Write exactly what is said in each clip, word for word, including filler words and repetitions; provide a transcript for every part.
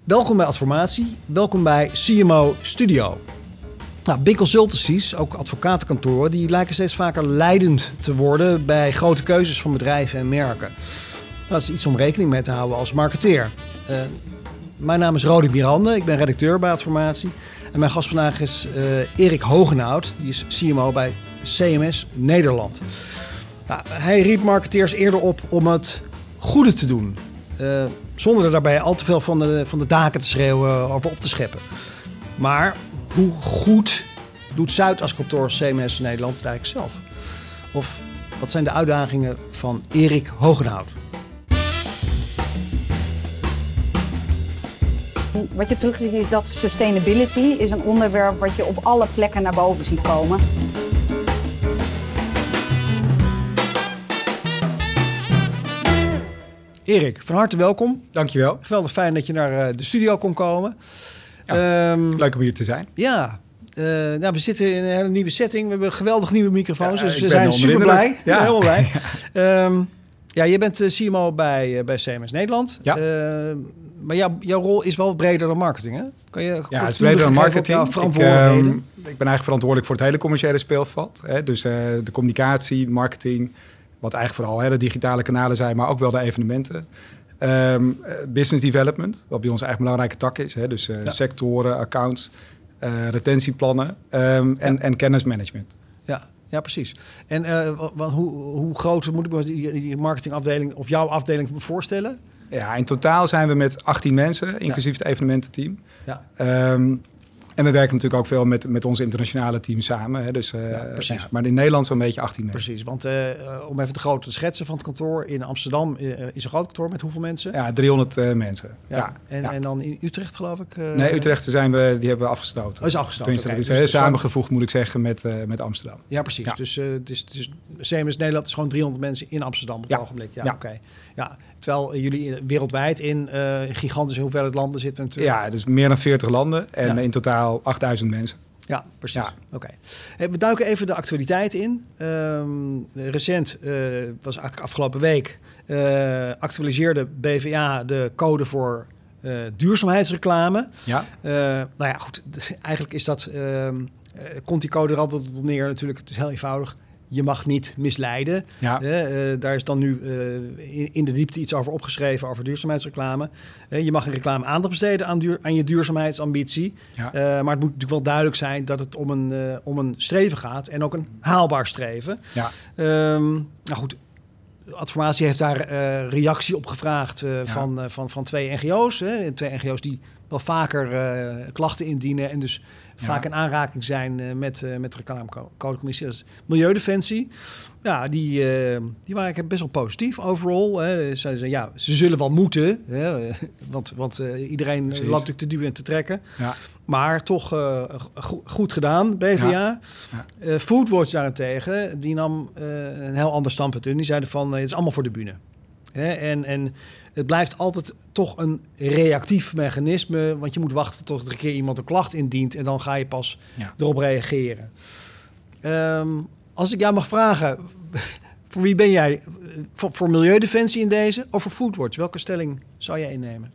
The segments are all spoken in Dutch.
Welkom bij Adformatie, welkom bij C M O Studio. Nou, big consultancies, ook advocatenkantoren, die lijken steeds vaker leidend te worden bij grote keuzes van bedrijven en merken. Dat is iets om rekening mee te houden als marketeer. Uh, mijn naam is Rodi Mirande, ik ben redacteur bij Adformatie. En mijn gast vandaag is uh, Erik Hogenhout, die is C M O bij C M S Nederland. Nou, hij riep marketeers eerder op om het goede te doen. Uh, zonder er daarbij al te veel van de, van de daken te schreeuwen over op te scheppen. Maar hoe goed doet Zuidas kantoor C M S Nederland het eigenlijk zelf? Of wat zijn de uitdagingen van Erik Hogenhout? Wat je terug ziet is dat sustainability is een onderwerp wat je op alle plekken naar boven ziet komen. Erik, van harte welkom. Dankjewel. Geweldig fijn dat je naar de studio kon komen. Ja, um, leuk om hier te zijn. Ja, uh, nou, we zitten in een hele nieuwe setting. We hebben geweldig nieuwe microfoons, ja, dus we zijn super blij. Ja, ja, helemaal blij. um, ja, je bent C M O bij, bij C M S Nederland. Ja. Uh, maar jou, jouw rol is wel breder dan marketing, hè? Kan je ja, het is breder dan marketing. Ik, um, ik ben eigenlijk verantwoordelijk voor het hele commerciële speelveld. Hè? Dus uh, de communicatie, marketing, wat eigenlijk vooral hè, de digitale kanalen zijn, maar ook wel de evenementen. Um, business development, wat bij ons eigenlijk een belangrijke tak is. Hè? Dus uh, ja. sectoren, accounts, uh, retentieplannen um, en, ja. en kennismanagement. Ja, ja, precies. En uh, wat, hoe, hoe groot moet ik me die, die marketingafdeling of jouw afdeling voorstellen? Ja, in totaal zijn we met achttien mensen, inclusief ja. het evenemententeam. Ja. Um, en we werken natuurlijk ook veel met, met ons internationale team samen. Hè? Dus, uh, ja, precies. Ja, maar in Nederland zo'n beetje achttien mensen. Precies, want uh, om even de grootte te schetsen van het kantoor. In Amsterdam uh, is een groot kantoor met hoeveel mensen? Ja, driehonderd uh, mensen. Ja. Ja. En, ja. en dan in Utrecht geloof ik? Uh, nee, Utrecht zijn we, die hebben we afgestoten. Oh, is afgestoten. Tenminste, okay. dat is dus heel het samengevoegd, gewoon... moet ik zeggen, met, uh, met Amsterdam. Ja, precies. Ja. Dus, uh, dus, dus C M S Nederland is gewoon driehonderd mensen in Amsterdam op het ja. ogenblik. Ja, ja. oké. Okay. Ja, terwijl jullie wereldwijd in uh, gigantische hoeveelheid landen zitten natuurlijk. Ja, dus meer dan veertig landen en ja. in totaal achtduizend mensen. Ja, precies. Ja. Oké. Okay. Hey, we duiken even de actualiteit in. Um, recent, uh, was eigenlijk afgelopen week, uh, actualiseerde B V A de code voor uh, duurzaamheidsreclame. Ja. Uh, nou ja, goed. Eigenlijk is dat, uh, uh, komt die code er altijd op neer natuurlijk. Het is heel eenvoudig. Je mag niet misleiden. Ja. Uh, uh, daar is dan nu uh, in, in de diepte iets over opgeschreven over duurzaamheidsreclame. Uh, je mag een reclame aandacht besteden aan, duur, aan je duurzaamheidsambitie. Ja. Uh, maar het moet natuurlijk wel duidelijk zijn dat het om een, uh, om een streven gaat. En ook een haalbaar streven. Ja. Um, nou goed, Adformatie heeft daar uh, reactie op gevraagd uh, ja. van, uh, van, van twee N G O's. Hè? Twee N G O's die wel vaker uh, klachten indienen en dus ja. vaak in aanraking zijn uh, met, uh, met de reclamecodecommissie. Dat is Milieudefensie. Ja, die, uh, die waren eigenlijk best wel positief overal. Hè. Ze zeiden, ja, ze zullen wel moeten. Hè, want want uh, iedereen loopt natuurlijk te duwen en te trekken. Ja. Maar toch uh, go- goed gedaan, B V A. Ja. Ja. Uh, Foodwatch daarentegen, die nam uh, een heel ander standpunt in. Die zeiden van, uh, het is allemaal voor de bühne. Hè, en, en het blijft altijd toch een reactief mechanisme. Want je moet wachten tot er een keer iemand een klacht indient. En dan ga je pas ja. erop reageren. Um, als ik jou mag vragen, voor wie ben jij? Voor, voor Milieudefensie in deze of voor Foodwatch? Welke stelling zou jij innemen?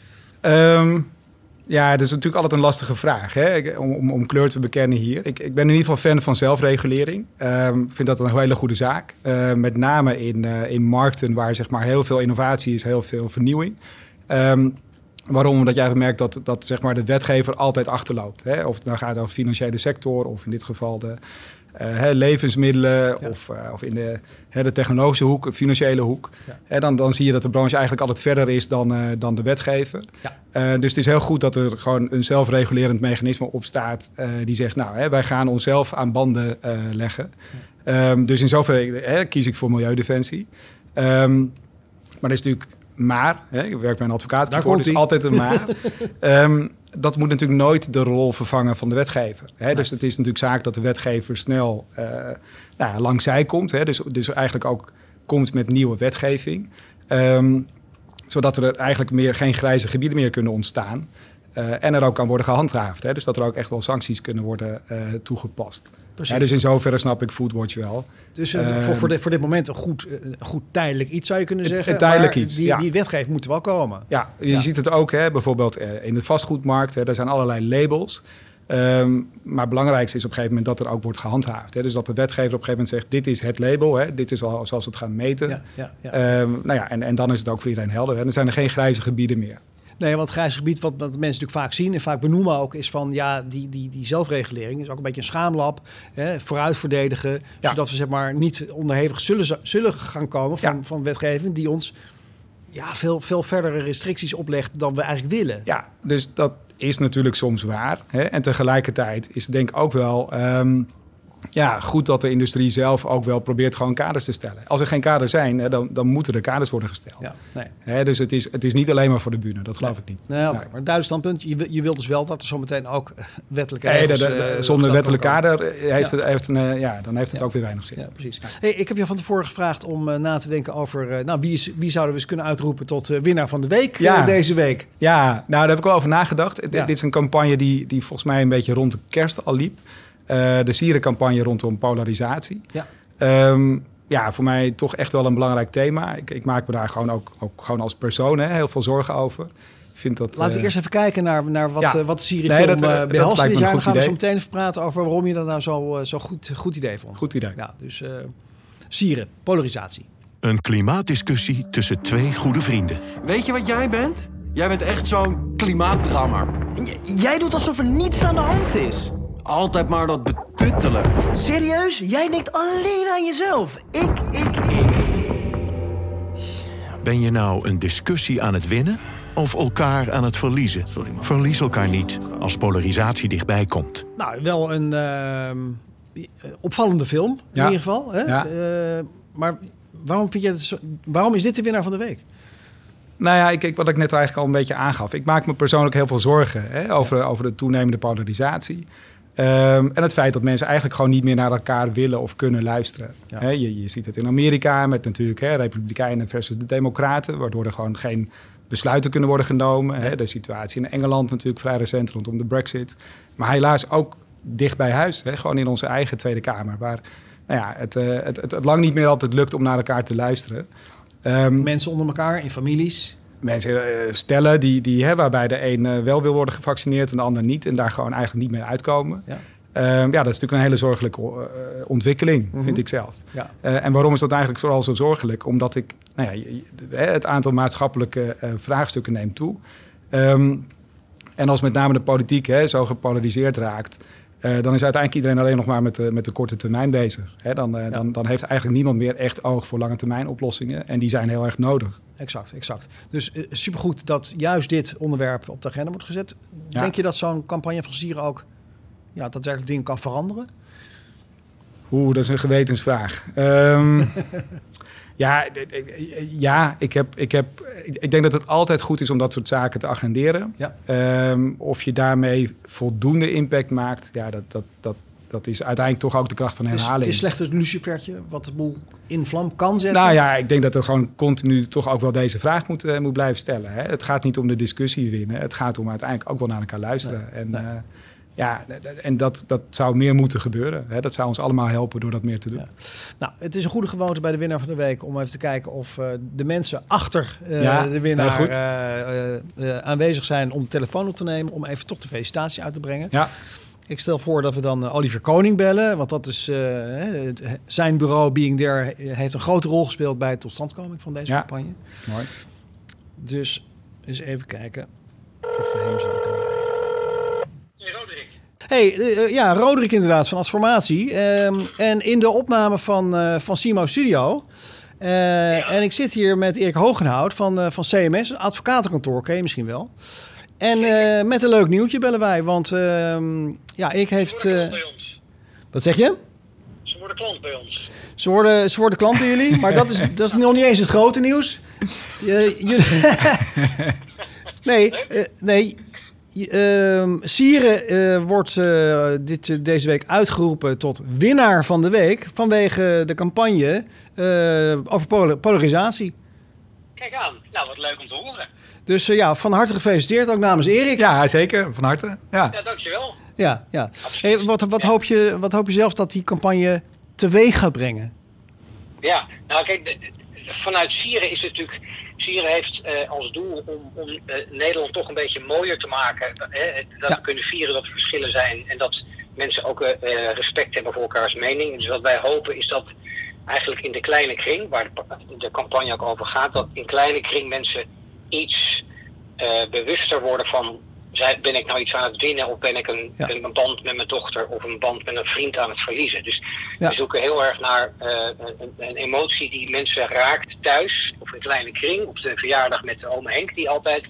Um, ja, dat is natuurlijk altijd een lastige vraag, hè? Om, om, om kleur te bekennen hier. Ik, ik ben in ieder geval fan van zelfregulering. Ik um, vind dat een hele goede zaak. Uh, met name in, uh, in markten waar zeg maar, heel veel innovatie is, heel veel vernieuwing. Um, Waarom? Omdat jij merkt dat, dat zeg maar, de wetgever altijd achterloopt. Hè? Of het nou gaat over financiële sector of in dit geval de uh, levensmiddelen ja. of, uh, of in de, hè, de technologische hoek, de financiële hoek. Ja. Hè, dan, dan zie je dat de branche eigenlijk altijd verder is dan, uh, dan de wetgever. Ja. Uh, dus het is heel goed dat er gewoon een zelfregulerend mechanisme op staat uh, die zegt, nou, hè, wij gaan onszelf aan banden uh, leggen. Ja. Um, dus in zoverre hè, kies ik voor Milieudefensie. Um, maar dat is natuurlijk... Maar, hè, ik werk bij een advocatenkantoor, dus altijd een maar. um, dat moet natuurlijk nooit de rol vervangen van de wetgever. Hè? Nee. Dus het is natuurlijk zaak dat de wetgever snel uh, nou, langs zij komt. Hè? Dus, dus eigenlijk ook komt met nieuwe wetgeving. Um, zodat er eigenlijk meer, geen grijze gebieden meer kunnen ontstaan. Uh, en er ook kan worden gehandhaafd. Hè? Dus dat er ook echt wel sancties kunnen worden uh, toegepast. Ja, dus in zoverre snap ik Foodwatch wel. Dus uh, uh, voor, voor, dit, voor dit moment een goed, uh, goed tijdelijk iets zou je kunnen zeggen. Een tijdelijk maar iets, die, ja. die wetgeving moet er wel komen. Ja, je ja. ziet het ook hè, bijvoorbeeld uh, in de vastgoedmarkt. Hè, daar zijn allerlei labels. Um, maar het belangrijkste is op een gegeven moment dat er ook wordt gehandhaafd. Hè? Dus dat de wetgever op een gegeven moment zegt, dit is het label. Hè? Dit is wel zoals we het gaan meten. Ja, ja, ja. Um, nou ja, en, en dan is het ook voor iedereen helder. En dan zijn er geen grijze gebieden meer. Nee, want het grijze gebied, wat, wat mensen natuurlijk vaak zien en vaak benoemen ook, is van ja, die, die, die zelfregulering is ook een beetje een schaamlab. Hè, vooruit verdedigen, ja. zodat we zeg maar niet onderhevig zullen, zullen gaan komen van, ja. van wetgeving die ons ja, veel, veel verdere restricties oplegt dan we eigenlijk willen. Ja, dus dat is natuurlijk soms waar. Hè? En tegelijkertijd is het denk ik ook wel um, ja, goed dat de industrie zelf ook wel probeert gewoon kaders te stellen. Als er geen kaders zijn, hè, dan, dan moeten er kaders worden gesteld. Ja, nee. Hè, dus het is, het is niet alleen maar voor de bühne, dat geloof nee. ik niet. Nee, okay. Maar een duidelijk standpunt. Je, je wilt dus wel dat er zometeen ook wettelijke nee, regels... de, de, de, uh, zonder wettelijk kader heeft ja. het, heeft een, uh, ja, dan heeft het ja. ook weer weinig zin. Ja, precies. Hey, ik heb je van tevoren gevraagd om uh, na te denken over... Uh, nou, wie, is, wie zouden we eens kunnen uitroepen tot uh, winnaar van de week ja. uh, deze week? Ja, nou daar heb ik wel over nagedacht. Ja. Dit is een campagne die, die volgens mij een beetje rond de kerst al liep. Uh, de sierencampagne rondom polarisatie. Ja. Um, ja, voor mij toch echt wel een belangrijk thema. Ik, ik maak me daar gewoon ook, ook gewoon als persoon hè, heel veel zorgen over. Ik vind dat, Laten we uh, eerst even kijken naar, naar wat, ja. uh, wat de Siri-film nee, dat, uh, behelst dit jaar. Dan gaan idee. we zo meteen even praten over waarom je dat nou zo, uh, zo goed, goed idee vond. Goed idee. Ja, dus uh, sieren, polarisatie. Een klimaatdiscussie tussen twee goede vrienden. Weet je wat jij bent? Jij bent echt zo'n klimaatdrammer. J- jij doet alsof er niets aan de hand is. Altijd maar dat betuttelen. Serieus? Jij denkt alleen aan jezelf. Ik, ik, ik. Ben je nou een discussie aan het winnen of elkaar aan het verliezen? Verlies elkaar niet als polarisatie dichtbij komt. Nou, wel een uh, opvallende film in ja. ieder geval. Hè? Ja. Uh, maar waarom, vind je het zo, waarom is dit de winnaar van de week? Nou ja, ik, ik, wat ik net eigenlijk al een beetje aangaf. Ik maak me persoonlijk heel veel zorgen hè, over, ja. over de toenemende polarisatie. Um, en het feit dat mensen eigenlijk gewoon niet meer naar elkaar willen of kunnen luisteren. Ja. He, je, je ziet het in Amerika met natuurlijk he, Republikeinen versus de Democraten, waardoor er gewoon geen besluiten kunnen worden genomen. He, de situatie in Engeland natuurlijk vrij recent rondom de Brexit. Maar helaas ook dicht bij huis, he, gewoon in onze eigen Tweede Kamer, waar nou ja, het, uh, het, het, het lang niet meer altijd lukt om naar elkaar te luisteren. Um, mensen onder elkaar, in families. Mensen uh, stellen die, die, hè, waarbij de een uh, wel wil worden gevaccineerd en de ander niet. En daar gewoon eigenlijk niet meer uitkomen. Ja, um, ja dat is natuurlijk een hele zorgelijke uh, ontwikkeling, mm-hmm. vind ik zelf. Ja. Uh, en waarom is dat eigenlijk vooral zo zorgelijk? Omdat ik, nou ja, het aantal maatschappelijke uh, vraagstukken neemt toe. Um, en als met name de politiek hè, zo gepolariseerd raakt... Uh, dan is uiteindelijk iedereen alleen nog maar met de, met de korte termijn bezig. Hè, dan, uh, ja. dan, dan heeft eigenlijk niemand meer echt oog voor lange termijn oplossingen. En die zijn heel erg nodig. Exact, exact. Dus uh, supergoed dat juist dit onderwerp op de agenda wordt gezet. Ja. Denk je dat zo'n campagne van Sieren ook ja, daadwerkelijk dingen kan veranderen? Oeh, dat is een gewetensvraag. Um, ja, ja ik, heb, ik, heb, ik denk dat het altijd goed is om dat soort zaken te agenderen. Ja. Um, of je daarmee voldoende impact maakt, ja, dat, dat, dat, dat is uiteindelijk toch ook de kracht van herhaling. Het is, het is slechts een lucifertje wat de boel in vlam kan zetten. Nou ja, ik denk dat het gewoon continu toch ook wel deze vraag moet, uh, moet blijven stellen. Hè. Het gaat niet om de discussie winnen. Het gaat om uiteindelijk ook wel naar elkaar luisteren. Nee, en, nee. Uh, Ja, en dat, dat zou meer moeten gebeuren. Hè? Dat zou ons allemaal helpen door dat meer te doen. Ja. Nou, het is een goede gewoonte bij de winnaar van de week... om even te kijken of uh, de mensen achter uh, ja, de winnaar uh, uh, uh, aanwezig zijn... om de telefoon op te nemen, om even toch de felicitatie uit te brengen. Ja. Ik stel voor dat we dan uh, Oliver Koning bellen. Want dat is uh, het, zijn bureau Being There heeft een grote rol gespeeld... bij het totstandkoming van deze ja. campagne. Mooi. Dus eens even kijken of we hem zouden kunnen bereiken. Hey, Roderick. Hey, uh, ja, Roderick inderdaad, van Adformatie. Um, en in de opname van, uh, van Simo Studio. Uh, ja. En ik zit hier met Erik Hogenhout van, uh, van C M S, een advocatenkantoor, ken je misschien wel. En uh, met een leuk nieuwtje bellen wij, want uh, ja, ik heeft... Uh, wat zeg je? Ze worden klant bij ons. Ze worden, ze worden klant bij jullie, maar dat is, dat is nog niet eens het grote nieuws. Uh, jullie... nee, uh, nee... Uh, Sieren uh, wordt uh, dit, uh, deze week uitgeroepen tot winnaar van de week... vanwege de campagne uh, over pol- polarisatie. Kijk aan. Nou, wat leuk om te horen. Dus uh, ja, van harte gefeliciteerd, ook namens Erik. Ja, zeker. Van harte. Ja, Ja, dankjewel. Ja, ja. Hey, wat, wat, hoop je, wat hoop je zelf dat die campagne teweeg gaat brengen? Ja, nou kijk, de, de, vanuit Sieren is het natuurlijk... Sieren heeft uh, als doel om, om uh, Nederland toch een beetje mooier te maken. Hè, dat Ja. we kunnen vieren dat er verschillen zijn en dat mensen ook uh, respect hebben voor elkaars mening. Dus wat wij hopen is dat eigenlijk in de kleine kring, waar de, de campagne ook over gaat, dat in kleine kring mensen iets uh, bewuster worden van... Ben ik nou iets aan het winnen of ben ik een, Ja. een band met mijn dochter of een band met een vriend aan het verliezen? Dus Ja. we zoeken heel erg naar uh, een, een emotie die mensen raakt thuis of een kleine kring. Op de verjaardag met oom Henk die altijd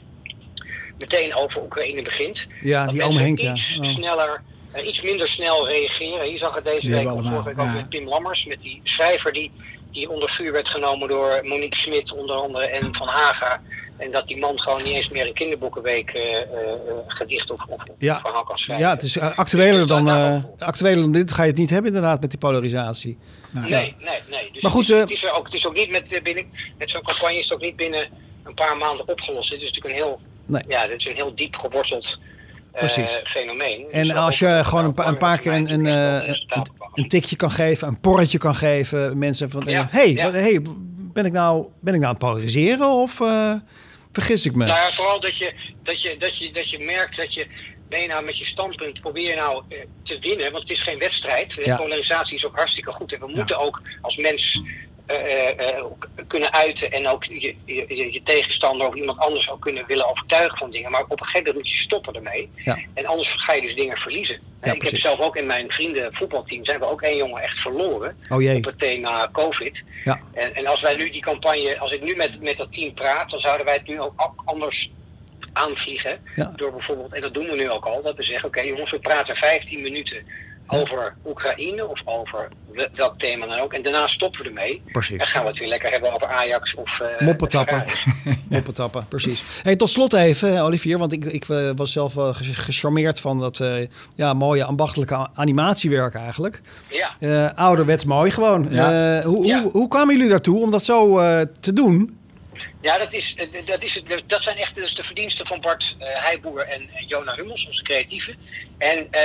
meteen over Oekraïne begint. Ja, dat die oom mensen Henk, ja. iets Oh. sneller, uh, iets minder snel reageren. Je zag het deze Die week hebben of allemaal, vorige week ook ja. met Pim Lammers, met die schrijver die, die onder vuur werd genomen door Monique Smit onder andere en Van Haga. En dat die man gewoon niet eens meer een kinderboekenweek uh, uh, gedicht of, of Ja. verhaal kan schrijven. Ja, het is uh, actueler, Dus dan, dat uh, daar ook- actueler dan dit ga je het niet hebben inderdaad met die polarisatie. Nee, nee, nee. Dus Maar goed, het, is, uh, het, is er ook, het is ook niet met, uh, binnen, met zo'n campagne is het ook niet binnen een paar maanden opgelost. Het is natuurlijk een heel, Nee. ja, dit is een heel diep geworteld uh, Precies. fenomeen. En Dus als ook- je gewoon een, pa- een paar ook keer een, een, lange termijn uh, resultaten een, komen. een tikje kan geven, een porretje kan geven, mensen van, Ja, hey, ja. wat- hey, ben ik nou, ben ik nou aan het polariseren of uh, vergis ik me? Nou ja, vooral dat je, dat, je, dat, je, dat je merkt dat je, ben je nou met je standpunt, probeer je nou uh, te winnen, want het is geen wedstrijd. Ja. Polarisatie is ook hartstikke goed en we moeten ook als mens uh, uh, ook kunnen uiten en ook je, je, je, je tegenstander of iemand anders ook kunnen willen overtuigen van dingen. Maar op een gegeven moment moet je stoppen ermee. Ja. En anders ga je dus dingen verliezen. Ja, ik heb precies. zelf ook in mijn vrienden voetbalteam zijn we ook één jongen echt verloren Oh jee. op het thema COVID. Ja. En, en als wij nu die campagne, als ik nu met, met dat team praat, dan zouden wij het nu ook a- anders aanvliegen. Ja. Door bijvoorbeeld, en dat doen we nu ook al, dat we zeggen, oké jongens, we praten vijftien minuten over Oekraïne of over we- welk thema dan ook. En daarna stoppen we ermee. Precies. En gaan we het weer lekker hebben over Ajax of uh, Moppetappen. Moppetappen, precies. Hey, tot slot even, Olivier, want ik, ik uh, was zelf wel ges- gecharmeerd van dat uh, ja, mooie ambachtelijke a- animatiewerk eigenlijk. Ja. Uh, ouderwets mooi gewoon. Ja. Uh, hoe, Ja. hoe, hoe kwamen jullie daartoe om dat zo uh, te doen? Ja, dat, is, eh, dat, is, het- dat zijn echt dus de verdiensten van Bart uh, Heijboer en, en Jona Hummels, onze creatieven. En uh,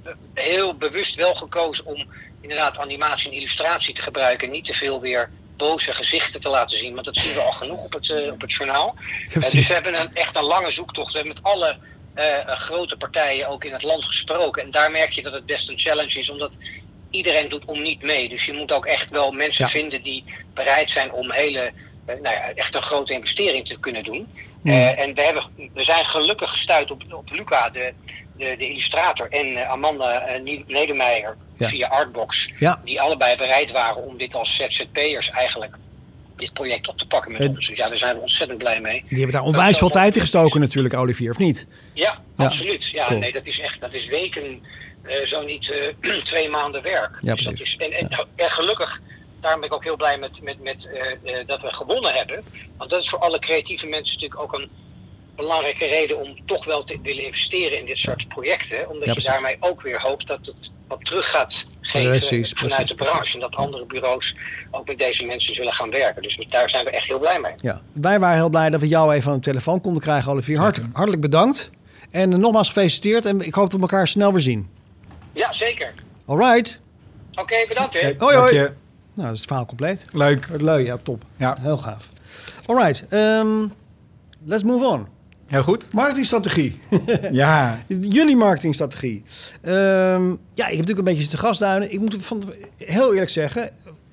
heel bewust wel gekozen om inderdaad animatie en illustratie te gebruiken. Niet te veel weer boze gezichten te laten zien, want dat zien we al genoeg op het, uh, op het journaal. Uh, precies. dus we hebben een, echt een lange zoektocht. We hebben met alle uh, grote partijen ook in het land gesproken. En daar merk je dat het best een challenge is, omdat iedereen doet om niet mee. Dus je moet ook echt wel mensen Ja. vinden die bereid zijn om hele... Uh, nou ja, echt een grote investering te kunnen doen. Mm. Uh, en we, hebben, we zijn gelukkig gestuurd op, op Luca, de, de, de illustrator, en uh, Amanda uh, Nie- Nedemeijer Ja. via Artbox. Ja. Die allebei bereid waren om dit als Z Z P'ers eigenlijk, dit project op te pakken met Het- ons. Dus ja, daar zijn we ontzettend blij mee. Die hebben daar onwijs veel tijd in gestoken natuurlijk, Olivier, of niet? Ja, Ja. absoluut. Ja, Cool. nee, dat is echt, dat is weken, uh, zo niet uh, twee maanden werk. Ja, dus dat precies. is, en, en, en gelukkig, daarom ben ik ook heel blij met, met, met uh, uh, dat we gewonnen hebben. Want dat is voor alle creatieve mensen natuurlijk ook een belangrijke reden om toch wel te willen investeren in dit soort projecten. Omdat Ja, je precies. daarmee ook weer hoopt dat het wat terug gaat geven Precies, vanuit precies, de branche. precies. En dat andere bureaus ook met deze mensen zullen gaan werken. Dus daar zijn we echt heel blij mee. Ja. Wij waren heel blij dat we jou even aan de telefoon konden krijgen, Olivier. Hart, hartelijk bedankt. En uh, nogmaals gefeliciteerd en ik hoop dat we elkaar snel weer zien. Ja, zeker. All right. Oké, bedankt hè. Kijk, Hoi, dank hoi. je. Nou, dat is het verhaal compleet. Leuk. Leuk, ja, top. Ja. Heel gaaf. All right. Um, let's move on. Heel goed. Marketingstrategie. Ja. Jullie marketingstrategie. Um, ja, ik heb natuurlijk een beetje zitten gasduinen. Ik moet van, heel eerlijk zeggen,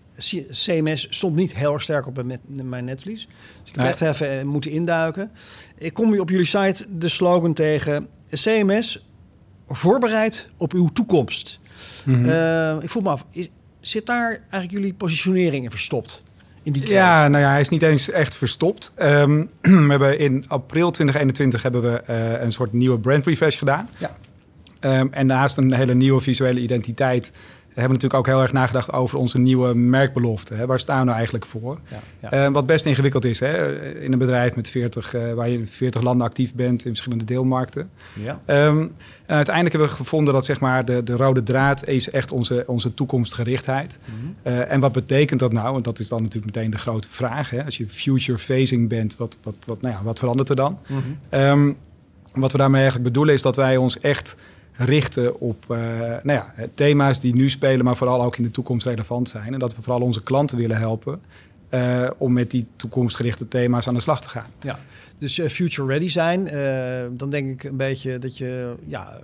C M S stond niet heel erg sterk op mijn, mijn netvlies. Dus ik heb Nee. echt even moeten induiken. Ik kom op jullie site de slogan tegen: C M S voorbereid op uw toekomst. Mhm. Uh, ik vroeg me af, is, zit daar eigenlijk jullie positionering in verstopt? In die trend? Ja, nou ja, hij is niet eens echt verstopt. Um, we hebben in april twintig eenentwintig hebben we uh, een soort nieuwe brand refresh gedaan. Ja. Um, en naast een hele nieuwe visuele identiteit hebben we natuurlijk ook heel erg nagedacht over onze nieuwe merkbelofte. Hè? Waar staan we nou eigenlijk voor? Ja, ja. Uh, wat best ingewikkeld is, hè? In een bedrijf met veertig, uh, waar je in veertig landen actief bent in verschillende deelmarkten. Ja. Um, en uiteindelijk hebben we gevonden dat zeg maar, de, de rode draad is echt onze, onze toekomstgerichtheid. Mm-hmm. Uh, en wat betekent dat nou? Want dat is dan natuurlijk meteen de grote vraag. Hè? Als je future-facing bent, wat, wat, wat, nou ja, wat verandert er dan? Mm-hmm. Um, wat we daarmee eigenlijk bedoelen is dat wij ons echt richten op uh, nou ja, thema's die nu spelen, maar vooral ook in de toekomst relevant zijn. En dat we vooral onze klanten willen helpen uh, om met die toekomstgerichte thema's aan de slag te gaan. Ja, dus uh, future ready zijn, uh, dan denk ik een beetje dat je ja,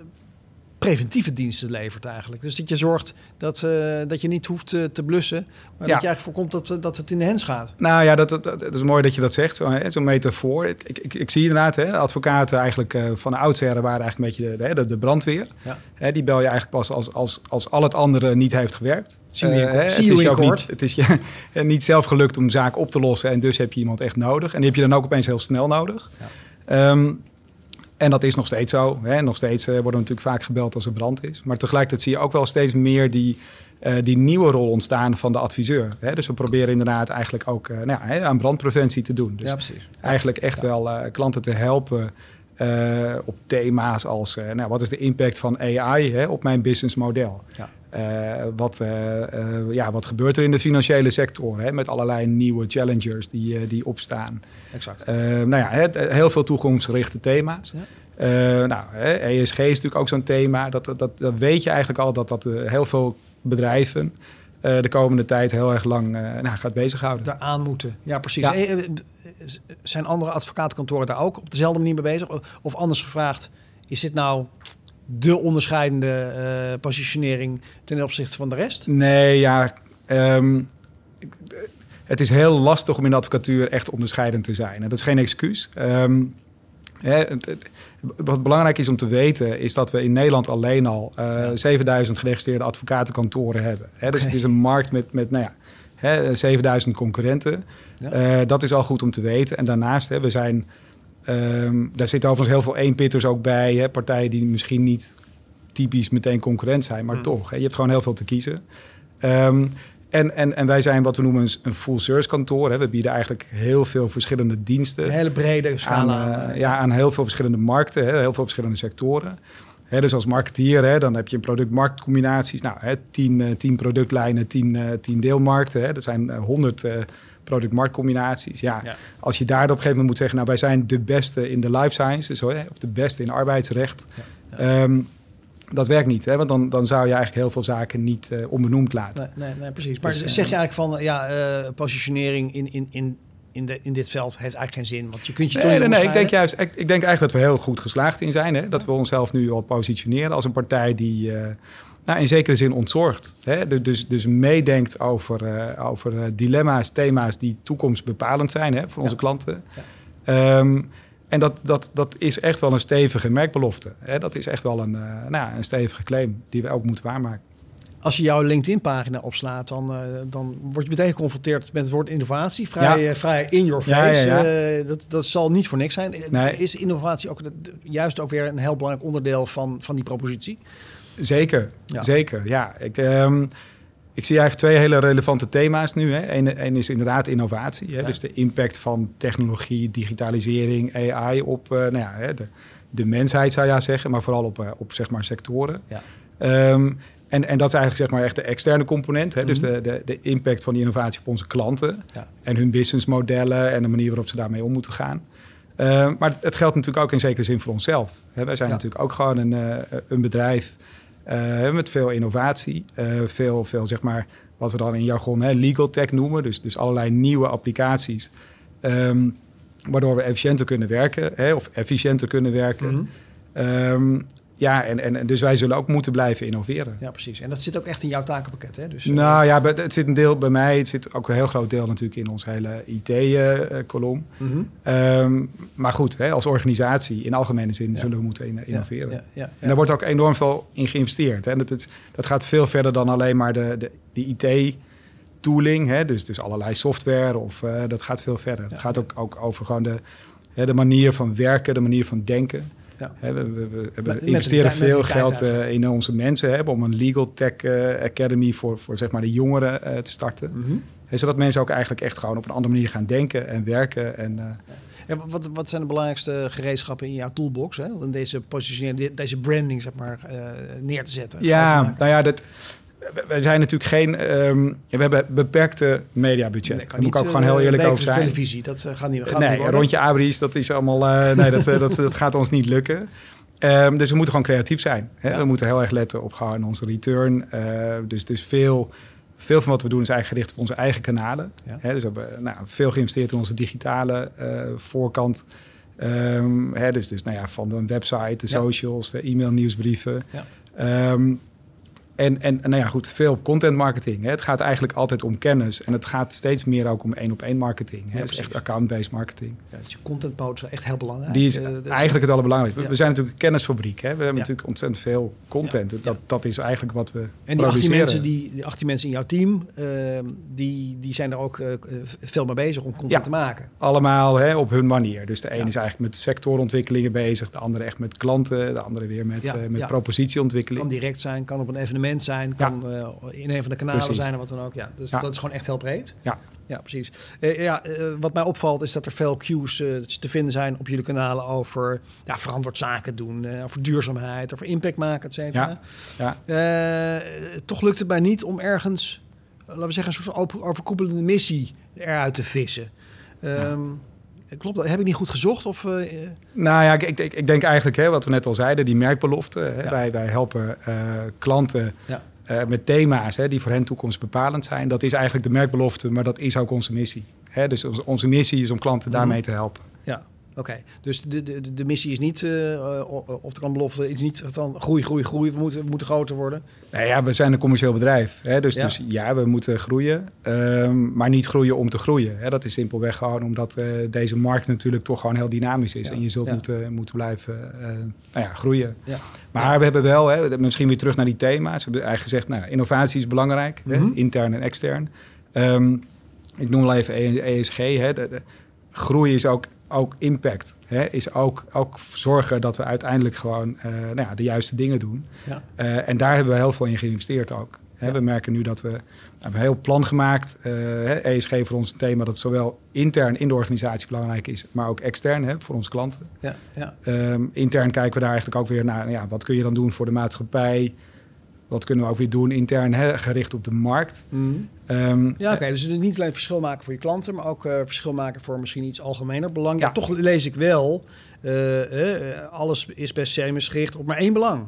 preventieve diensten levert eigenlijk. Dus dat je zorgt dat, uh, dat je niet hoeft uh, te blussen, maar ja. dat je eigenlijk voorkomt dat, uh, dat het in de hens gaat. Nou ja, dat, dat, dat is mooi dat je dat zegt, zo'n zo metafoor. Ik, ik, ik zie inderdaad, hè, advocaten eigenlijk uh, van de oudsher waren eigenlijk een beetje de, de, de brandweer. Ja. Hè, die bel je eigenlijk pas als, als, als al het andere niet heeft gewerkt. Zie je, uh, hè, zie het is je ook niet, het is je niet zelf gelukt om een zaak op te lossen en dus heb je iemand echt nodig. En die heb je dan ook opeens heel snel nodig. Ja. Um, En dat is nog steeds zo. Hè. Nog steeds uh, worden we natuurlijk vaak gebeld als er brand is. Maar tegelijkertijd zie je ook wel steeds meer die, uh, die nieuwe rol ontstaan van de adviseur. Hè. Dus we proberen inderdaad eigenlijk ook uh, nou ja, aan brandpreventie te doen. Dus ja, precies. Eigenlijk echt ja. wel uh, klanten te helpen uh, op thema's als... Uh, nou, wat is de impact van A I hè, op mijn businessmodel? Ja. Uh, wat, uh, uh, ja, wat gebeurt er in de financiële sector? Hè, met allerlei nieuwe challengers die, uh, die opstaan. Exact. Uh, nou ja, het, heel veel toekomstgerichte thema's. Ja. Uh, nou, E S G is natuurlijk ook zo'n thema. Dat, dat, dat weet je eigenlijk al dat dat uh, heel veel bedrijven uh, de komende tijd heel erg lang uh, nou, gaat bezighouden. Daaraan moeten. Ja, precies. Ja. E- zijn andere advocatenkantoren daar ook op dezelfde manier mee bezig? Of anders gevraagd, is dit nou de onderscheidende uh, positionering ten opzichte van de rest? Nee, ja. Um, het is heel lastig om in de advocatuur echt onderscheidend te zijn. En dat is geen excuus. Um, hè, het, het, wat belangrijk is om te weten, is dat we in Nederland alleen al uh, ja. zevenduizend geregistreerde advocatenkantoren hebben. Hè, dus okay. Het is een markt met, met nou ja, hè, zevenduizend concurrenten. Ja. Uh, dat is al goed om te weten. En daarnaast, hè, we zijn... Um, daar zitten overigens heel veel eenpitters ook bij. Hè, partijen die misschien niet typisch meteen concurrent zijn, maar mm. toch. Hè, je hebt gewoon heel veel te kiezen. Um, en, en, en wij zijn wat we noemen een full service kantoor. Hè. We bieden eigenlijk heel veel verschillende diensten. Een hele brede scala aan. aan Uh, ja, aan heel veel verschillende markten, hè, heel veel verschillende sectoren. Hè, dus als marketeer, hè, dan heb je een product-marktcombinaties. Nou, hè, tien, uh, tien productlijnen, tien, uh, tien deelmarkten. Hè. Dat zijn uh, honderd... Uh, product-marktcombinaties. Ja, ja, als je daar op een gegeven moment moet zeggen, nou, wij zijn de beste in de life sciences, of de beste in arbeidsrecht. Ja, ja. Um, dat werkt niet, hè? Want dan, dan zou je eigenlijk heel veel zaken niet uh, onbenoemd laten. Nee, nee, nee precies. Maar dus, zeg je eigenlijk van, ja, uh, positionering in, in, in, in, de, in dit veld heeft eigenlijk geen zin, want je kunt je nee, toch nee, nee, ik denk juist, ik, ik denk eigenlijk dat we heel goed geslaagd in zijn, hè? Dat we onszelf nu al positioneren als een partij die Uh, Nou, in zekere zin ontzorgd. Hè? Dus, dus meedenkt over, uh, over uh, dilemma's, thema's die toekomstbepalend zijn hè, voor onze ja. klanten. Ja. Um, en dat, dat, dat is echt wel een stevige merkbelofte. Hè? Dat is echt wel een, uh, nou, een stevige claim die we ook moeten waarmaken. Als je jouw LinkedIn-pagina opslaat, dan, uh, dan word je meteen geconfronteerd met het woord innovatie. Vrij, ja. uh, vrij in your face. Ja, ja, ja. Uh, dat, dat zal niet voor niks zijn. Nee. Is innovatie ook de, juist ook weer een heel belangrijk onderdeel van, van die propositie? Zeker, ja. zeker. Ja, ik, um, ik zie eigenlijk twee hele relevante thema's nu. Hè. Eén, één is inderdaad innovatie. Hè. Ja. Dus de impact van technologie, digitalisering, A I op uh, nou ja, de, de mensheid zou je ja zeggen, maar vooral op, uh, op zeg maar, sectoren. Ja. Um, en, en dat is eigenlijk zeg maar, echt de externe component. Hè. Mm-hmm. Dus de, de, de impact van die innovatie op onze klanten ja. en hun businessmodellen en de manier waarop ze daarmee om moeten gaan. Uh, maar het, het geldt natuurlijk ook in zekere zin voor onszelf. Hè. Wij zijn ja. natuurlijk ook gewoon een, uh, een bedrijf Uh, met veel innovatie, uh, veel, veel zeg maar, wat we dan in jargon hè, legal tech noemen. Dus, dus allerlei nieuwe applicaties, um, waardoor we efficiënter kunnen werken hè, of efficiënter kunnen werken. Mm-hmm. Um, ja, en, en, en dus wij zullen ook moeten blijven innoveren. Ja, precies. En dat zit ook echt in jouw takenpakket, hè? Dus, nou uh... ja, het zit een deel bij mij. Het zit ook een heel groot deel natuurlijk in ons hele I T-kolom. Uh, mm-hmm. um, maar goed, hè, als organisatie in algemene zin ja. zullen we moeten in, innoveren. Ja, ja, ja, ja. En daar wordt ook enorm veel in geïnvesteerd. Hè. Dat, het, dat gaat veel verder dan alleen maar de, de, de I T-tooling. Hè. Dus, dus allerlei software. Of, uh, dat gaat veel verder. Ja, het gaat ja. ook, ook over gewoon de, hè, de manier van werken, de manier van denken. Ja. He, we, we, we, we met, investeren met veel met geld uh, in onze mensen. Hè, om een Legal Tech uh, Academy voor, voor zeg maar de jongeren uh, te starten. Mm-hmm. He, zodat mensen ook eigenlijk echt gewoon op een andere manier gaan denken en werken. En, uh, ja, wat, wat zijn de belangrijkste gereedschappen in jouw toolbox? Hè? Om deze positionering, deze branding zeg maar, uh, neer te zetten? Ja, nou ja, dat... We zijn natuurlijk geen... Um, we hebben beperkte mediabudget. Nee, Daar moet ik ook uh, gewoon heel eerlijk over zijn. Televisie, dat uh, gaat niet, gaat nee, niet worden. Rondje Abris, dat is allemaal... Uh, nee, dat, uh, dat, dat gaat ons niet lukken. Um, dus we moeten gewoon creatief zijn. Hè? Ja. We moeten heel erg letten op gewoon onze return. Uh, dus, dus veel, veel van wat we doen is eigenlijk gericht op onze eigen kanalen. Ja. Hè? Dus we hebben nou, veel geïnvesteerd in onze digitale uh, voorkant. Um, hè? Dus, dus nou ja, van de website, de ja. socials, de e-mail nieuwsbrieven. Ja. Um, En, en nou ja, goed, veel content marketing. Hè. Het gaat eigenlijk altijd om kennis. En het gaat steeds meer ook om één-op-één marketing. Hè. Ja, dus echt account-based marketing. Ja, dus je contentpoot is wel echt heel belangrijk. Die is uh, eigenlijk het allerbelangrijkste. Ja. We zijn natuurlijk een kennisfabriek. Hè. We hebben ja. natuurlijk ontzettend veel content. Ja. Dat, ja. dat is eigenlijk wat we En die achttien, mensen, die, die achttien mensen in jouw team... Uh, die, die zijn er ook uh, veel mee bezig om content ja. te maken. Allemaal hè, op hun manier. Dus de een ja. is eigenlijk met sectorontwikkelingen bezig. De andere echt met klanten. De andere weer met, ja. uh, met ja. propositieontwikkeling. Kan direct zijn, kan op een evenement zijn... kan ja. uh, in een van de kanalen precies. zijn of wat dan ook. Ja, dus ja. dat is gewoon echt heel breed. Ja, ja precies. Uh, ja, uh, wat mij opvalt is dat er veel cues uh, te vinden zijn op jullie kanalen... over ja, verantwoord zaken doen, uh, over duurzaamheid, over impact maken, et cetera. Ja. Ja. Uh, toch lukt het mij niet om ergens, laten we zeggen... een soort van open, overkoepelende missie eruit te vissen. Um, ja. Klopt dat? Heb ik niet goed gezocht? Of, uh, nou ja, ik, ik, ik denk eigenlijk, hè, wat we net al zeiden... die merkbelofte. Hè, ja. wij, wij helpen uh, klanten... Ja. Uh, met thema's hè, die voor hen toekomstbepalend zijn. Dat is eigenlijk de merkbelofte, maar dat is ook onze missie. Hè, dus onze, onze missie is om klanten mm-hmm. daarmee te helpen. Ja, oké. Okay. Dus de, de, de missie is niet, uh, of de klantbelofte is niet van groei, groei, groei. We moeten, we moeten groter worden. Nee, ja, we zijn een commercieel bedrijf. Hè, dus, ja. dus ja, we moeten groeien. Um, maar niet groeien om te groeien. Hè. Dat is simpelweg gewoon omdat uh, deze markt natuurlijk toch gewoon heel dynamisch is. Ja. En je zult ja. moeten, moeten blijven uh, nou ja, groeien. Ja. Maar ja. we hebben wel, hè, misschien weer terug naar die thema's. We hebben eigenlijk gezegd, nou, innovatie is belangrijk. Mm-hmm. Hè, intern en extern. Um, ik noem wel even E S G. Hè, de, de, groei is ook, ook impact. Hè, is ook, ook zorgen dat we uiteindelijk gewoon uh, nou ja, de juiste dingen doen. Ja. Uh, en daar hebben we heel veel in geïnvesteerd ook. Hè, ja. We merken nu dat we... We hebben een heel plan gemaakt. Uh, E S G voor ons een thema dat zowel intern in de organisatie belangrijk is, maar ook extern hè, voor onze klanten. Ja, ja. Um, intern kijken we daar eigenlijk ook weer naar. Nou ja, wat kun je dan doen voor de maatschappij? Wat kunnen we ook weer doen intern hè, gericht op de markt? Mm. Um, ja, oké. Okay, dus niet alleen verschil maken voor je klanten, maar ook uh, verschil maken voor misschien iets algemener belang. Ja. Ja, toch lees ik wel, uh, uh, alles is best serious gericht op maar één belang.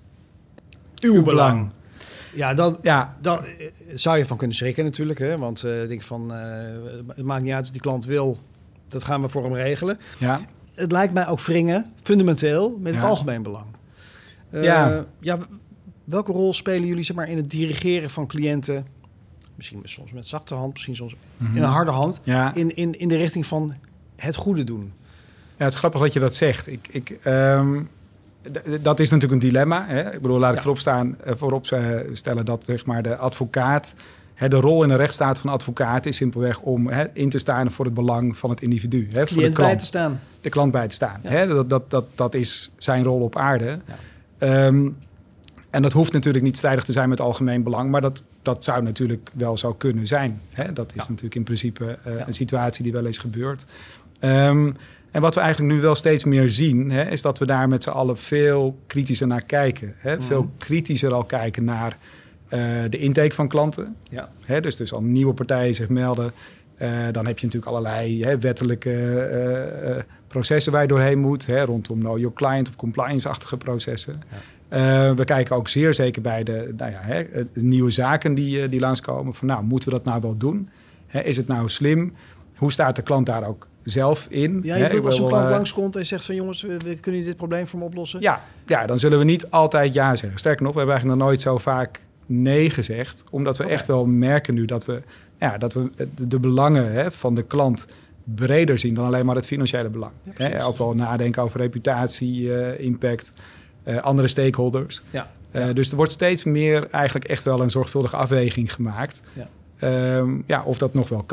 Uw, Uw belang. belang. Ja, dan, ja. dan zou je van kunnen schrikken natuurlijk. Hè? Want uh, ik denk van, uh, het maakt niet uit wat die klant wil. Dat gaan we voor hem regelen. Ja. Het lijkt mij ook wringen, fundamenteel, met ja. het algemeen belang. Uh, ja. ja. Welke rol spelen jullie zeg maar, in het dirigeren van cliënten? Misschien soms met zachte hand, misschien soms mm-hmm. in een harde hand. Ja. In, in, in de richting van het goede doen. Ja, het is grappig dat je dat zegt. Ik... ik um... Dat is natuurlijk een dilemma. Hè? Ik bedoel, laat ik ja. voorop, staan, voorop stellen dat zeg maar, de advocaat... Hè, de rol in de rechtsstaat van de advocaat is simpelweg om hè, in te staan voor het belang van het individu. Hè, voor de klant bij te staan. De klant bij te staan. Ja. Hè? Dat, dat, dat, dat is zijn rol op aarde. Ja. Um, en dat hoeft natuurlijk niet strijdig te zijn met het algemeen belang... maar dat, dat zou natuurlijk wel zo kunnen zijn. Hè? Dat is ja. natuurlijk in principe uh, ja. een situatie die wel eens gebeurt. Um, En wat we eigenlijk nu wel steeds meer zien... Hè, is dat we daar met z'n allen veel kritischer naar kijken. Hè? Mm. Veel kritischer al kijken naar uh, de intake van klanten. Ja. Hè, dus, dus al nieuwe partijen zich melden. Uh, dan heb je natuurlijk allerlei hè, wettelijke uh, uh, processen waar je doorheen moet. Hè, rondom know your client of compliance-achtige processen. Ja. Uh, we kijken ook zeer zeker bij de, nou ja, hè, de nieuwe zaken die, uh, die langskomen. Van, nou, moeten we dat nou wel doen? Hè, is het nou slim? Hoe staat de klant daar ook zelf in? Ja, je bedoelt als een klant uh, langskomt en zegt van... jongens, we, we kunnen dit probleem voor me oplossen? Ja, ja, dan zullen we niet altijd ja zeggen. Sterker nog, we hebben eigenlijk nog nooit zo vaak nee gezegd. Omdat we okay. echt wel merken nu dat we, ja, dat we de, de belangen hè, van de klant... breder zien dan alleen maar het financiële belang. Ja, hè, ook wel nadenken over reputatie, uh, impact, uh, andere stakeholders. Ja. Uh, ja. Dus er wordt steeds meer eigenlijk echt wel een zorgvuldige afweging gemaakt. Ja. Um, ja, of dat nog wel kan.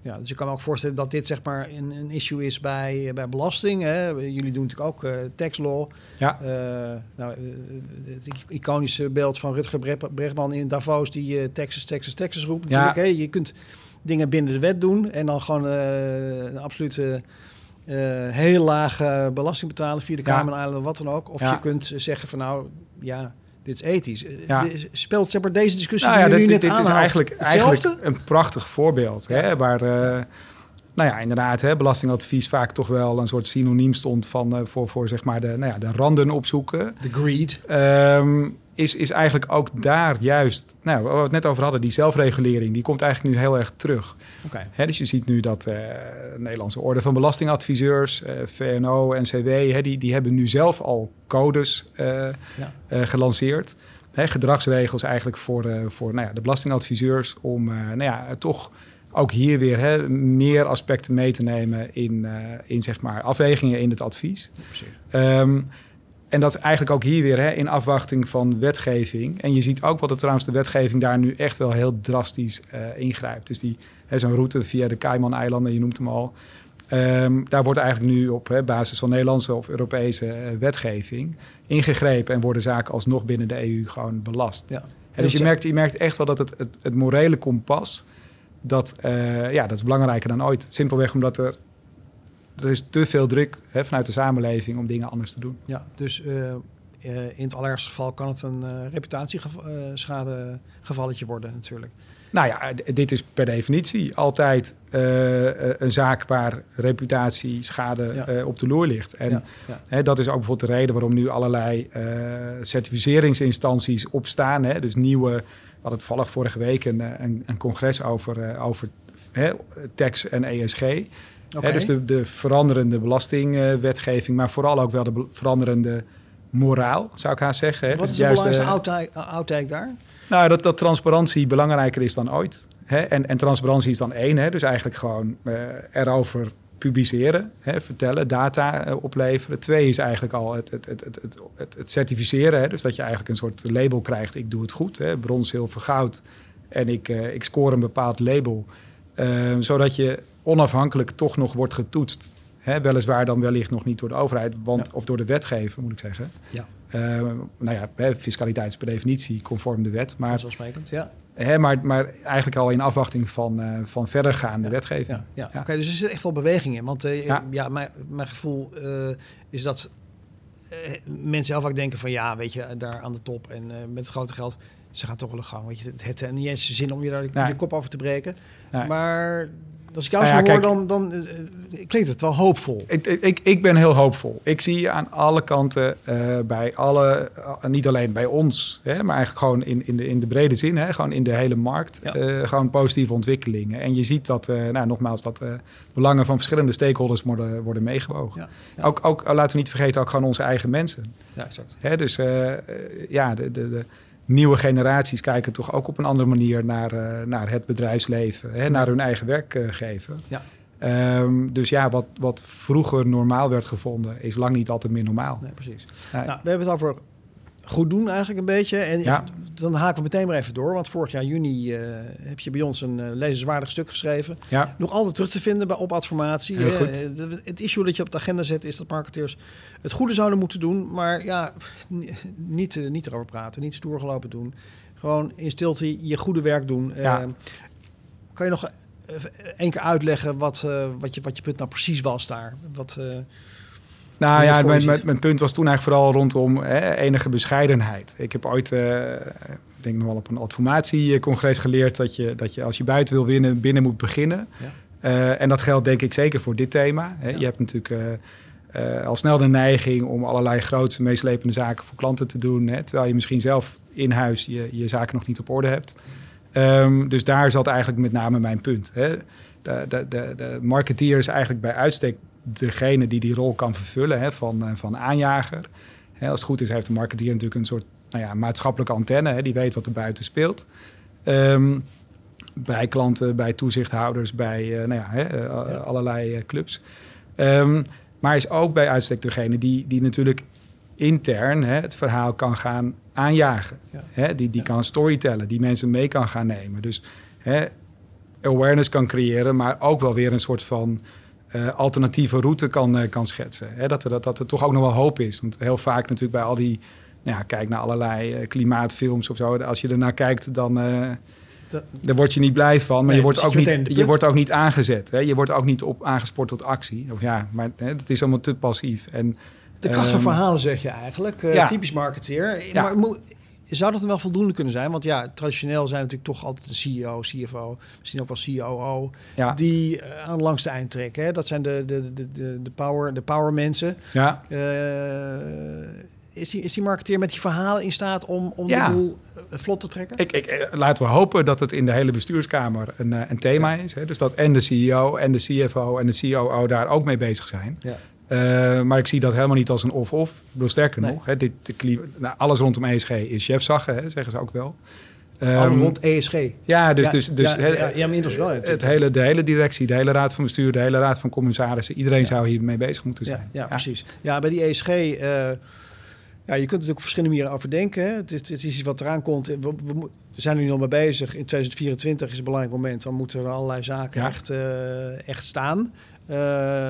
Ja, dus ik kan me ook voorstellen dat dit zeg maar een, een issue is bij, bij belasting. Hè? Jullie doen natuurlijk ook uh, tax law. Ja. Uh, nou, uh, het iconische beeld van Rutger Bregman in Davos die uh, Texas, Texas, Texas roept. Ja. Hè? Je kunt dingen binnen de wet doen en dan gewoon uh, een absolute uh, heel lage belasting betalen via de Cayman-eilanden of wat dan ook. Of ja. je kunt zeggen van nou, ja, dit is ethisch. Ja. Speelt zeg maar deze discussie nou ja, die dit, nu net dit is eigenlijk, eigenlijk een prachtig voorbeeld. Ja. Hè, waar, uh, nou ja, inderdaad, hè, belastingadvies vaak toch wel een soort synoniem stond van, uh, voor, voor zeg maar de, nou ja, de randen opzoeken. De greed. Um, is, is eigenlijk ook daar juist, nou, waar we het net over hadden, die zelfregulering, die komt eigenlijk nu heel erg terug. Okay. Hè, dus je ziet nu dat uh, de Nederlandse Orde van Belastingadviseurs, uh, V N O, N C W, hè, die, die hebben nu zelf al codes uh, ja. uh, gelanceerd. Hè, gedragsregels eigenlijk voor, uh, voor nou ja, de belastingadviseurs om uh, nou ja, toch ook hier weer hè, meer aspecten mee te nemen in, uh, in zeg maar, afwegingen in het advies. Ja, precies. Um, En dat is eigenlijk ook hier weer hè, in afwachting van wetgeving. En je ziet ook wat er trouwens de wetgeving daar nu echt wel heel drastisch uh, ingrijpt. Dus die hè, zo'n route via de Cayman-eilanden, je noemt hem al. Um, daar wordt eigenlijk nu op hè, basis van Nederlandse of Europese uh, wetgeving ingegrepen. En worden zaken alsnog binnen de E U gewoon belast. Ja. En dus je merkt, je merkt echt wel dat het, het, het morele kompas, dat, uh, ja, dat is belangrijker dan ooit. Simpelweg omdat er... Er is te veel druk hè, vanuit de samenleving om dingen anders te doen. Ja, dus uh, uh, in het allerergste geval kan het een uh, reputatiegevalletje worden natuurlijk. Nou ja, d- dit is per definitie altijd uh, een zaak waar reputatieschade ja. uh, op de loer ligt. En ja, ja. Hè, dat is ook bijvoorbeeld de reden waarom nu allerlei uh, certificeringsinstanties opstaan. Hè, dus nieuwe, we hadden toevallig vorige week een, een, een congres over, uh, over hè, tax en E S G. Okay. He, dus de, de veranderende belastingwetgeving, maar vooral ook wel de be- veranderende moraal, zou ik haast zeggen. He. Wat dus is de belangrijkste outtake daar? Nou, dat, dat transparantie belangrijker is dan ooit. He. En, en transparantie is dan één, he. Dus eigenlijk gewoon uh, erover publiceren, he, vertellen, data uh, opleveren. Twee is eigenlijk al het, het, het, het, het, het certificeren. He. Dus dat je eigenlijk een soort label krijgt, ik doe het goed. He. Brons, zilver, goud. En ik, uh, ik score een bepaald label. Uh, zodat je onafhankelijk toch nog wordt getoetst. Hè, weliswaar dan wellicht nog niet door de overheid, want, ja. of door de wetgever, moet ik zeggen. Ja. Uh, nou ja, hè, fiscaliteit is per definitie conform de wet. Maar, vanzelfsprekend, ja. Hè, maar, maar eigenlijk al in afwachting van, uh, van verdergaande ja. wetgeving. Ja, ja. ja. Oké, okay, dus er zit echt wel beweging in. Want uh, ja. Ja, mijn, mijn gevoel uh, is dat uh, mensen heel vaak denken van ja, weet je, daar aan de top en uh, met het grote geld, ze gaan toch wel een gang. Weet je, het heeft niet eens zin om je daar nee. je kop over te breken. Nee. Maar als ik jou nou ja, zo hoor, kijk, dan, dan uh, klinkt het wel hoopvol. Ik, ik, ik ben heel hoopvol. Ik zie aan alle kanten, uh, bij alle, uh, niet alleen bij ons, hè, maar eigenlijk gewoon in, in, de, in de brede zin, hè, gewoon in de hele markt, ja. uh, gewoon positieve ontwikkelingen. En je ziet dat, uh, nou, nogmaals, dat uh, belangen van verschillende stakeholders worden, worden meegewogen. Ja, ja. Ook, ook, uh, laten we niet vergeten, ook gewoon onze eigen mensen. Ja, exact. Hè, dus uh, uh, ja, de... de, de nieuwe generaties kijken toch ook op een andere manier naar, uh, naar het bedrijfsleven, hè, naar hun eigen werkgever. Ja. Um, dus ja, wat, wat vroeger normaal werd gevonden, is lang niet altijd meer normaal. Nee, precies. Nee. Nou, we hebben het over goed doen eigenlijk een beetje. En ja. dan haken we meteen maar even door. Want vorig jaar juni uh, heb je bij ons een uh, lezenswaardig stuk geschreven. Ja. Nog altijd terug te vinden bij op Adformatie. Uh, het issue dat je op de agenda zet is dat marketeers het goede zouden moeten doen. Maar ja, niet, uh, niet erover praten, niet stoer gelopen doen. Gewoon in stilte je goede werk doen. Ja. Uh, kan je nog één keer uitleggen wat, uh, wat, je, wat je punt nou precies was daar? Wat... Uh, Nou ja, mijn, mijn, mijn punt was toen eigenlijk vooral rondom hè, enige bescheidenheid. Ik heb ooit, uh, ik denk nog wel op een adformatiecongres geleerd dat je, dat je als je buiten wil winnen, binnen moet beginnen. Ja. Uh, en dat geldt denk ik zeker voor dit thema. Hè. Ja. Je hebt natuurlijk uh, uh, al snel de neiging om allerlei grote, meeslepende zaken voor klanten te doen. Hè, terwijl je misschien zelf in huis je, je zaken nog niet op orde hebt. Um, dus daar zat eigenlijk met name mijn punt. Hè. De, de, de, de marketeer is eigenlijk bij uitstek degene die die rol kan vervullen hè, van, uh, van aanjager. Hè, als het goed is, heeft de marketeer natuurlijk een soort nou ja, maatschappelijke antenne. Hè, die weet wat er buiten speelt. Um, bij klanten, bij toezichthouders, bij uh, nou ja, hè, uh, ja. allerlei uh, clubs. Um, maar is ook bij uitstek degene die, die natuurlijk intern hè, het verhaal kan gaan aanjagen. Ja. Hè, die die ja. kan storytellen, die mensen mee kan gaan nemen. Dus hè, awareness kan creëren, maar ook wel weer een soort van uh, alternatieve route kan, uh, kan schetsen. Hè? Dat, er, dat, dat er toch ook nog wel hoop is. Want heel vaak natuurlijk bij al die, nou ja, kijk naar allerlei uh, klimaatfilms of zo. Als je ernaar kijkt, dan uh, dat, daar word je niet blij van. Maar nee, je, wordt ook niet, je wordt ook niet aangezet. Hè? Je wordt ook niet op aangespoord tot actie. Of ja, maar hè, het is allemaal te passief. En, de kracht van um, verhalen zeg je eigenlijk. Uh, ja. Typisch marketeer. Ja. Maar mo- zou dat dan wel voldoende kunnen zijn? Want ja, traditioneel zijn natuurlijk toch altijd de C E O, C F O, misschien ook wel C O O, ja. die uh, aan het langste eind trekken. Hè? Dat zijn de, de, de, de, de, power, de power mensen. Ja. Uh, is, die, is die marketeer met die verhalen in staat om, om ja. de boel uh, vlot te trekken? Ik, ik, laten we hopen dat het in de hele bestuurskamer een, uh, een thema ja. is. Hè? Dus dat en de C E O en de C F O en de C O O daar ook mee bezig zijn. Ja. Uh, maar ik zie dat helemaal niet als een of-of. Ik bedoel, sterker nee. nog, hè, dit, de, nou, alles rondom E S G is chefzagge, hè, zeggen ze ook wel. Um, Alles rond E S G. Ja, dus, ja, dus, dus ja, he, ja, ja, inmiddels wel. Ja, het hele, de hele directie, de hele raad van bestuur, de hele raad van commissarissen, iedereen ja. zou hiermee bezig moeten zijn. Ja, ja, ja. precies. Ja, bij die E S G, uh, ja, je kunt het natuurlijk op verschillende manieren over denken. Hè. Het, is, het is iets wat eraan komt. We, we, we zijn er nu nog mee bezig. In tweeduizend vierentwintig is een belangrijk moment. Dan moeten er allerlei zaken ja. echt, uh, echt staan. Uh,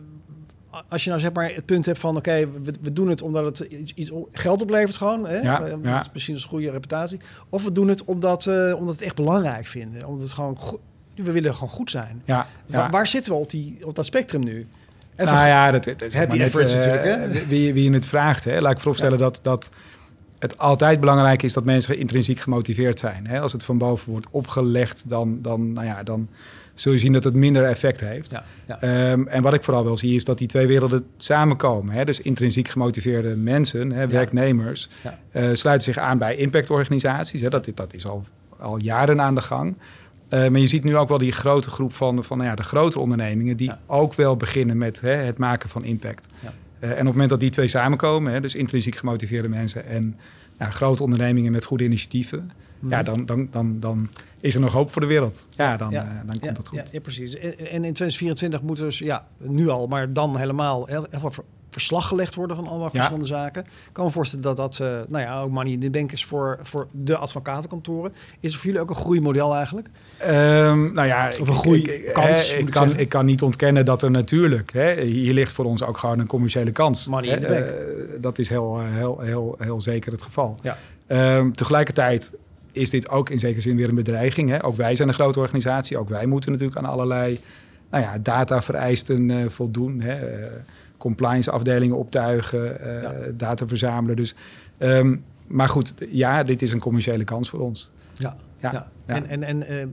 Als je nou zeg maar het punt hebt van oké, okay, we, we doen het omdat het iets, iets geld oplevert gewoon. Hè? Ja, dat ja. is misschien een goede reputatie. Of we doen het omdat, uh, omdat we het echt belangrijk vinden. Omdat het gewoon go- we willen gewoon goed zijn. Ja, ja. Waar, waar zitten we op, die, op dat spectrum nu? Even nou ja, dat, dat is happy efforts uh, natuurlijk. Hè? Wie, wie je het vraagt, hè? Laat ik vooropstellen ja. dat, dat het altijd belangrijk is dat mensen intrinsiek gemotiveerd zijn. Hè? Als het van boven wordt opgelegd, dan, dan, nou ja, dan zul je zien dat het minder effect heeft. Ja, ja. Um, en wat ik vooral wel zie is dat die twee werelden samenkomen. Hè? Dus intrinsiek gemotiveerde mensen, hè, werknemers, ja. Ja. Uh, sluiten zich aan bij impactorganisaties. Hè? Dat, dat is al, al jaren aan de gang. Uh, maar je ziet nu ook wel die grote groep van, van nou ja, de grote ondernemingen die ja. ook wel beginnen met hè, het maken van impact. Ja. Uh, en op het moment dat die twee samenkomen, hè, dus intrinsiek gemotiveerde mensen en ja, grote ondernemingen met goede initiatieven, mm. ja, dan, dan, dan, dan is er nog hoop voor de wereld. Ja, dan, ja. Uh, dan komt ja, het goed. Ja, ja, precies. En, en in tweeduizend vierentwintig moet er dus, ja, nu al, maar dan helemaal heel, heel veel verslag gelegd worden van allemaal ja. verschillende zaken. Ik kan me voorstellen dat dat, uh, nou ja, ook money in the bank is voor, voor de advocatenkantoren. Is er voor jullie ook een groeimodel eigenlijk? Um, nou ja, of een groeikans? Ik, ik, ik, kan, ik kan niet ontkennen dat er natuurlijk, hè, hier ligt voor ons ook gewoon een commerciële kans. Money hè, in the bank. Uh, dat is heel, heel, heel, heel zeker het geval. Ja. Um, tegelijkertijd is dit ook in zekere zin weer een bedreiging. Hè? Ook wij zijn een grote organisatie. Ook wij moeten natuurlijk aan allerlei nou ja, datavereisten uh, voldoen. Hè? Uh, compliance afdelingen optuigen, uh, ja. data verzamelen. Dus, um, maar goed, ja, dit is een commerciële kans voor ons. Ja, ja. ja. ja. En, en, en uh,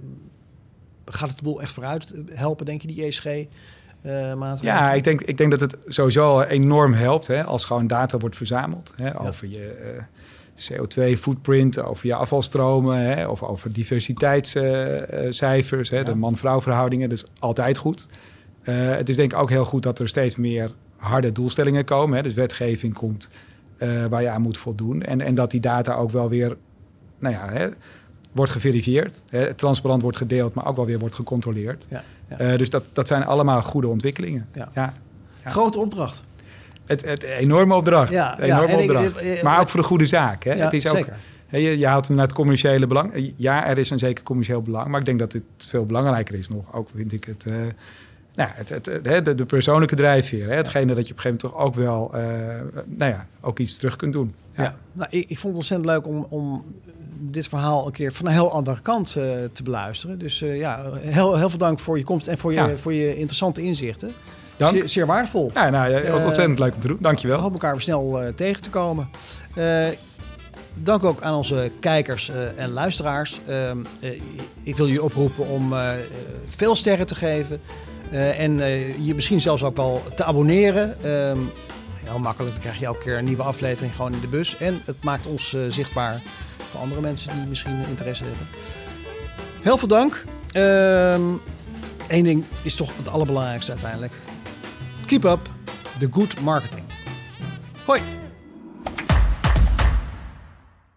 gaat het de boel echt vooruit helpen, denk je, die E S G? Uh, ja, ik denk, ik denk dat het sowieso enorm helpt hè, als gewoon data wordt verzameld hè, over ja. je uh, C O twee footprint, over je afvalstromen hè, of over diversiteitscijfers, uh, uh, ja. de man-vrouw verhoudingen. Dat is altijd goed. Uh, het is denk ik ook heel goed dat er steeds meer harde doelstellingen komen. Hè, dus wetgeving komt uh, waar je aan moet voldoen. En, en dat die data ook wel weer nou ja, hè, wordt geverifieerd. Hè, transparant wordt gedeeld, maar ook wel weer wordt gecontroleerd. Ja, ja. Uh, dus dat, dat zijn allemaal goede ontwikkelingen. Ja. Ja, ja. Grote opdracht. Het, het enorme opdracht. Ja, enorme ja, opdracht. Ik, ik, maar ook voor de goede zaak. Hè. Ja, het is ook, zeker. Hè, je, je haalt hem naar het commerciële belang. Ja, er is een zeker commercieel belang. Maar ik denk dat het veel belangrijker is nog. Ook vind ik het... Uh, nou, het, het, het, het de, de persoonlijke drijfveer. Hè, hetgene dat je op een gegeven moment toch ook wel... Uh, nou ja, ook iets terug kunt doen. Ja. Ja. Nou, ik, ik vond het ontzettend leuk om... om dit verhaal een keer van een heel andere kant uh, te beluisteren. Dus uh, ja, heel, heel veel dank voor je komst en voor je, ja. voor je interessante inzichten. Dank. Zeer, zeer waardevol. Ja, nou, ja, wat ontzettend uh, leuk om te doen. Dank je wel. We hopen elkaar weer snel uh, tegen te komen. Uh, dank ook aan onze kijkers uh, en luisteraars. Uh, uh, ik wil jullie oproepen om uh, veel sterren te geven. Uh, en uh, je misschien zelfs ook wel te abonneren. Uh, heel makkelijk, dan krijg je elke keer een nieuwe aflevering gewoon in de bus. En het maakt ons uh, zichtbaar voor andere mensen die misschien interesse hebben. Heel veel dank. Eén uh, ding is toch het allerbelangrijkste uiteindelijk. Keep up the good marketing. Hoi!